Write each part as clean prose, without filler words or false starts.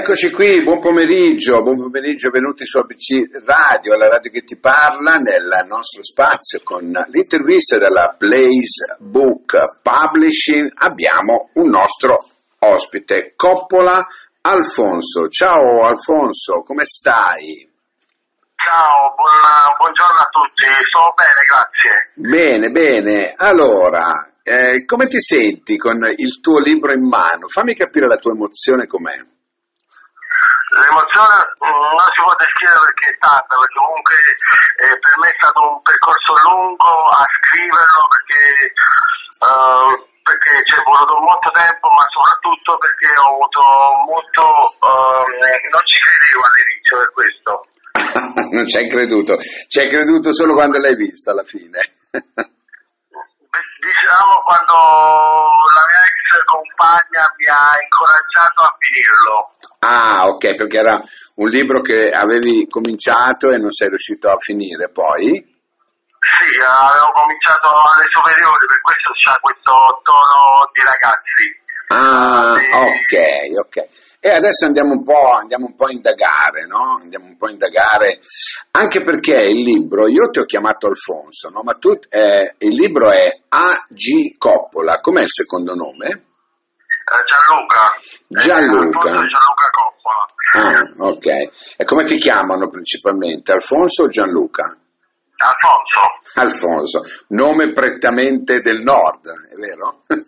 Eccoci qui, buon pomeriggio, venuti su ABC Radio, la radio che ti parla, nel nostro spazio con l'intervista della Blaze Book Publishing. Abbiamo un nostro ospite, Coppola Alfonso. Ciao Alfonso, come stai? Ciao, buongiorno a tutti, sto bene, grazie. Bene, allora, come ti senti con il tuo libro in mano? Fammi capire la tua emozione com'è. L'emozione non si può descrivere perché è tanta, perché comunque per me è stato un percorso lungo a scriverlo, perché ci è voluto molto tempo, ma soprattutto perché ho avuto non ci credevo all'inizio per questo. Non ci hai creduto solo quando l'hai visto alla fine. Diciamo quando la mia ex compagna mi ha incoraggiato a finirlo. Ah, ok, perché era un libro che avevi cominciato e non sei riuscito a finire poi? Sì, avevo cominciato alle superiori, per questo c'ha questo tono di ragazzi. Ah, ok. E adesso andiamo un po' a indagare, no? Andiamo un po' a indagare, anche perché il libro, io ti ho chiamato Alfonso, no? Ma il libro è A.G. Coppola, com'è il secondo nome? Gianluca Coppola. Ah, ok. E come ti chiamano principalmente? Alfonso o Gianluca? Alfonso, nome prettamente del nord, è vero? Del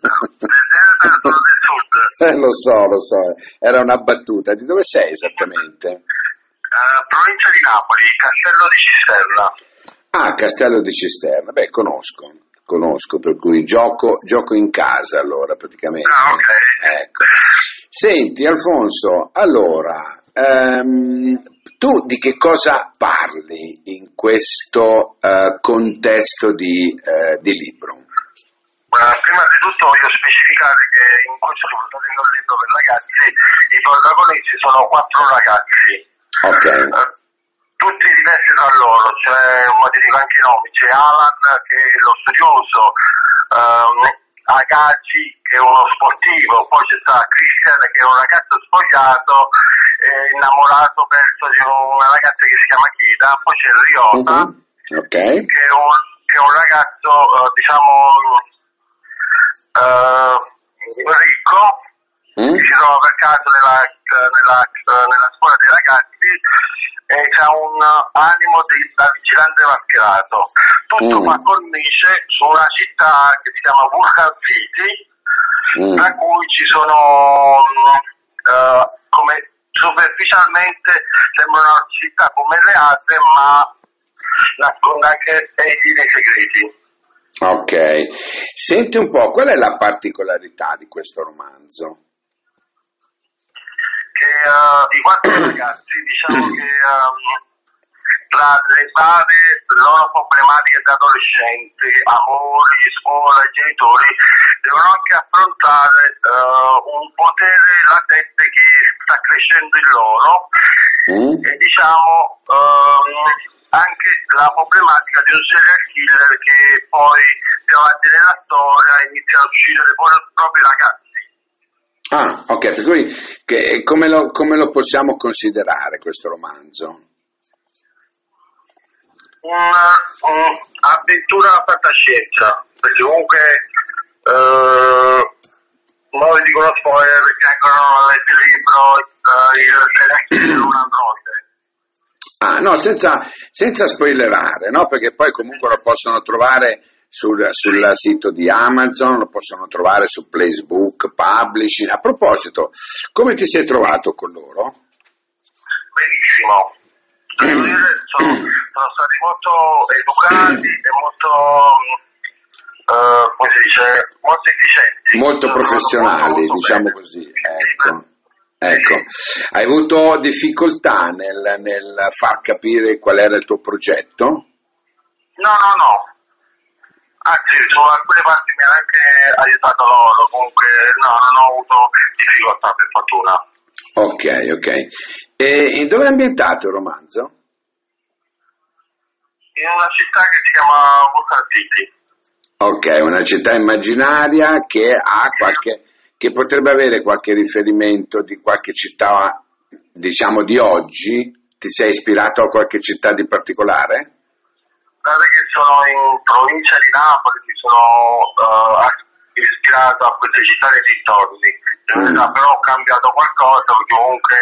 sud. Lo so, era una battuta. Di dove sei esattamente? Provincia di Napoli, Castello di Cisterna. Ah, Castello di Cisterna, beh, conosco, per cui gioco in casa allora praticamente. Ah, ok. Ecco. Senti Alfonso, allora, tu di che cosa parli in questo contesto di libro? Prima di tutto voglio specificare che in questo libro per ragazzi i protagonisti sono 4 ragazzi. Ok. Tutti diversi tra loro, cioè, ma ti dico anche i nomi, c'è Alan che è lo studioso, Agaci che è uno sportivo, poi c'è Christian che è un ragazzo spogliato, innamorato perso di una ragazza che si chiama Chita, poi c'è Riota, okay, che è un ragazzo ricco, che si trova per caso nella scuola dei ragazzi e ha un animo da vigilante mascherato. Tutto fa cornice su una città che si chiama Vulcan City, tra cui ci sono, come superficialmente sembra una città come le altre, ma nasconde anche dei segreti. Ok, senti un po', qual è la particolarità di questo romanzo? Che i 4 ragazzi, diciamo che tra le varie loro problematiche da adolescenti, amori, scuola, genitori, devono anche affrontare un potere latente che sta crescendo in loro e diciamo anche la problematica di un serial killer che poi più avanti nella storia inizia a uccidere poi i propri ragazzi. Ah, ok, per cui come lo possiamo considerare questo romanzo? Un'avventura fantascienza, perché comunque non vi dico lo spoiler perché ancora non ho letto il libro, il serial killer è un androide. Ah, no, senza spoilerare, no? Perché poi comunque lo possono trovare sul sito di Amazon, lo possono trovare su Blaze Book Publishing. A proposito, come ti sei trovato con loro? Benissimo. Sono stati molto educati e molto, come si dice, molto efficienti. Molto professionali, diciamo bene. Così, ecco. Hai avuto difficoltà nel far capire qual era il tuo progetto? No. Anzi, su alcune parti mi ha anche aiutato loro, comunque no, non ho avuto difficoltà per fortuna. Ok. E dove è ambientato il romanzo? In una città che si chiama Vulcan City. Ok, una città immaginaria che potrebbe avere qualche riferimento di qualche città diciamo, di oggi, ti sei ispirato a qualche città di particolare? Dato che sono in provincia di Napoli, mi sono ispirato a queste città dei dintorni. Però ho cambiato qualcosa, perché comunque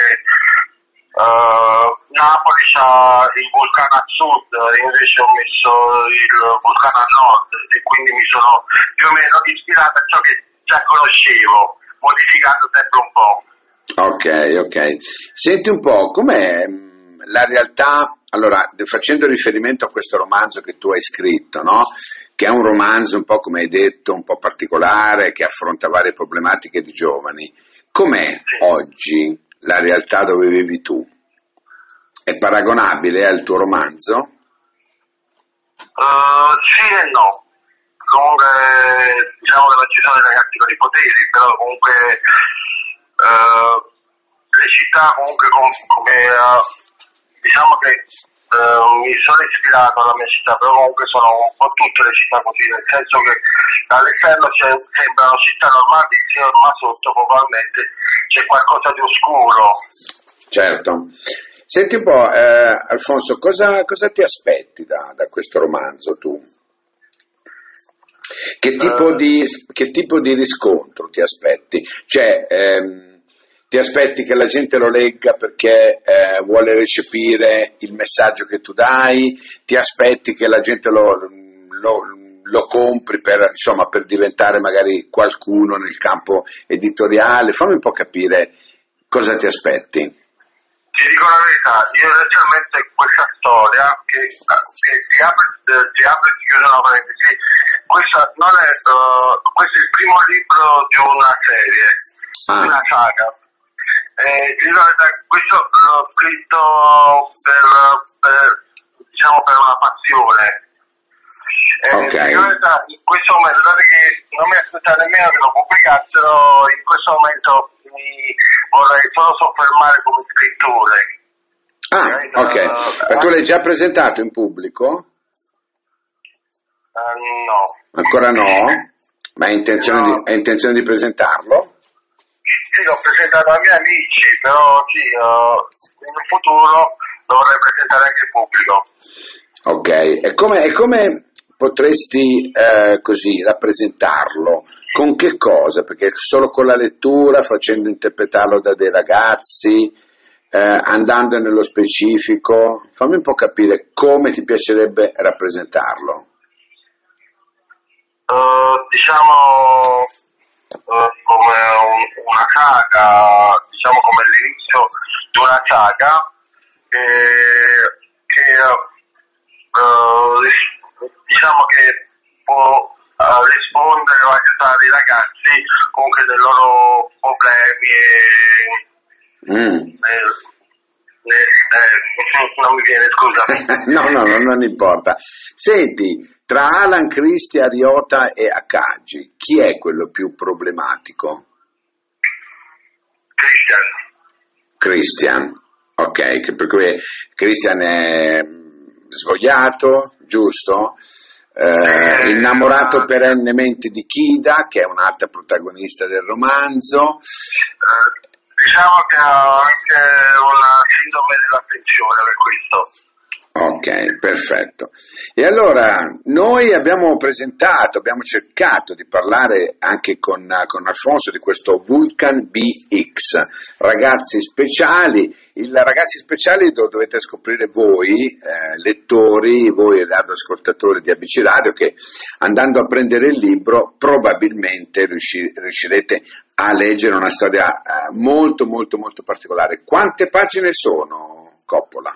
Napoli c'ha il vulcano a sud, invece ho messo il vulcano a nord, e quindi mi sono più o meno ispirato a ciò che già conoscevo, modificando sempre un po'. Ok. Senti un po', com'è la realtà, allora, facendo riferimento a questo romanzo che tu hai scritto, no? Che è un romanzo un po', come hai detto, un po' particolare, che affronta varie problematiche di giovani. Com'è oggi la realtà dove vivi tu? È paragonabile al tuo romanzo? Sì e no. Comunque diciamo che non ci sono i ragazzi con i poteri, però comunque le città comunque diciamo che mi sono ispirato alla mia città, però comunque sono un po' tutte le città così, nel senso che all'esterno sembrano città normali, ma sotto probabilmente c'è qualcosa di oscuro. Certo. Senti un po', Alfonso, cosa ti aspetti da questo romanzo tu? Che tipo di riscontro ti aspetti? Cioè, ti aspetti che la gente lo legga perché vuole recepire il messaggio che tu dai? Ti aspetti che la gente lo compri per diventare magari qualcuno nel campo editoriale? Fammi un po' capire cosa ti aspetti. Ti dico la verità, io inizialmente questa storia che si apre e si chiude una parentesi, questo è il primo libro di una serie, di una saga. Ti dico la verità, questo l'ho scritto per una passione. Okay. In questo momento, dato che non mi aspettavo nemmeno che lo pubblicassero, in questo momento mi vorrei solo soffermare come scrittore. Ok. Ma tu l'hai già presentato in pubblico? No. Ancora no? Ma hai intenzione di presentarlo? Sì, l'ho presentato ai miei amici, però sì, in futuro lo vorrei presentare anche in pubblico. Ok, e come potresti così rappresentarlo? Con che cosa? Perché solo con la lettura, facendo interpretarlo da dei ragazzi, andando nello specifico, fammi un po' capire come ti piacerebbe rappresentarlo. Diciamo come una saga, diciamo come l'inizio di una saga diciamo che può rispondere o aiutare i ragazzi comunque dei loro problemi non mi viene, scusami. No, non importa. Senti, tra Alan Christie, Ariota e Akagi, chi è quello più problematico? Christian, ok, per cui Christian è svogliato, giusto? Innamorato perennemente di Kida, che è un'altra protagonista del romanzo. Diciamo che ha anche una sindrome dell'attenzione per questo. Ok, perfetto. E allora noi abbiamo cercato di parlare anche con Alfonso di questo Vulcan BX, ragazzi speciali. Ragazzi speciali lo dovete scoprire voi, lettori, voi radioascoltatori di ABC Radio, che andando a prendere il libro probabilmente riuscirete a leggere una storia molto molto molto particolare. Quante pagine sono, Coppola?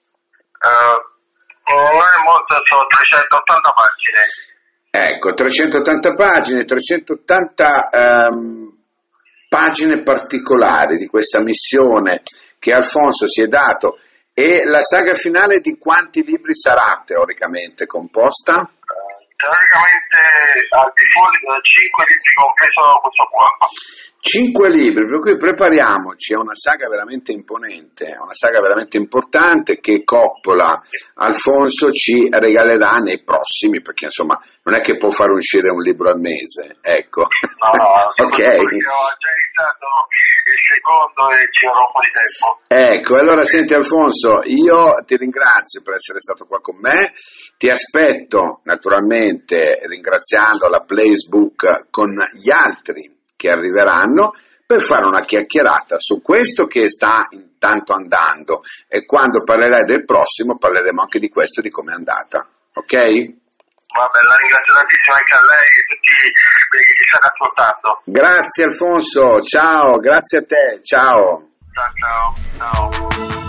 Non è molto, sono 380 pagine. Ecco, 380 pagine, 380 pagine particolari di questa missione che Alfonso si è dato. E la saga finale di quanti libri sarà teoricamente composta? Teoricamente al di fuori 5 libri compreso questo qua. 5 libri, per cui prepariamoci a una saga veramente imponente, una saga veramente importante che Coppola Alfonso ci regalerà nei prossimi, perché insomma non è che può far uscire un libro al mese, ecco. No, Ok. perché ho già iniziato il secondo e ci avrò un po' di tempo. Ecco, allora senti Alfonso, io ti ringrazio per essere stato qua con me, ti aspetto naturalmente ringraziando la Blaze Book con gli altri che arriveranno per fare una chiacchierata su questo che sta intanto andando e quando parlerai del prossimo parleremo anche di questo e di come è andata, ok? Vabbè, la ringrazio tantissimo anche a lei e tutti quelli che ci stanno ascoltando. Grazie Alfonso, ciao, grazie a te, ciao. Ciao, ciao, ciao.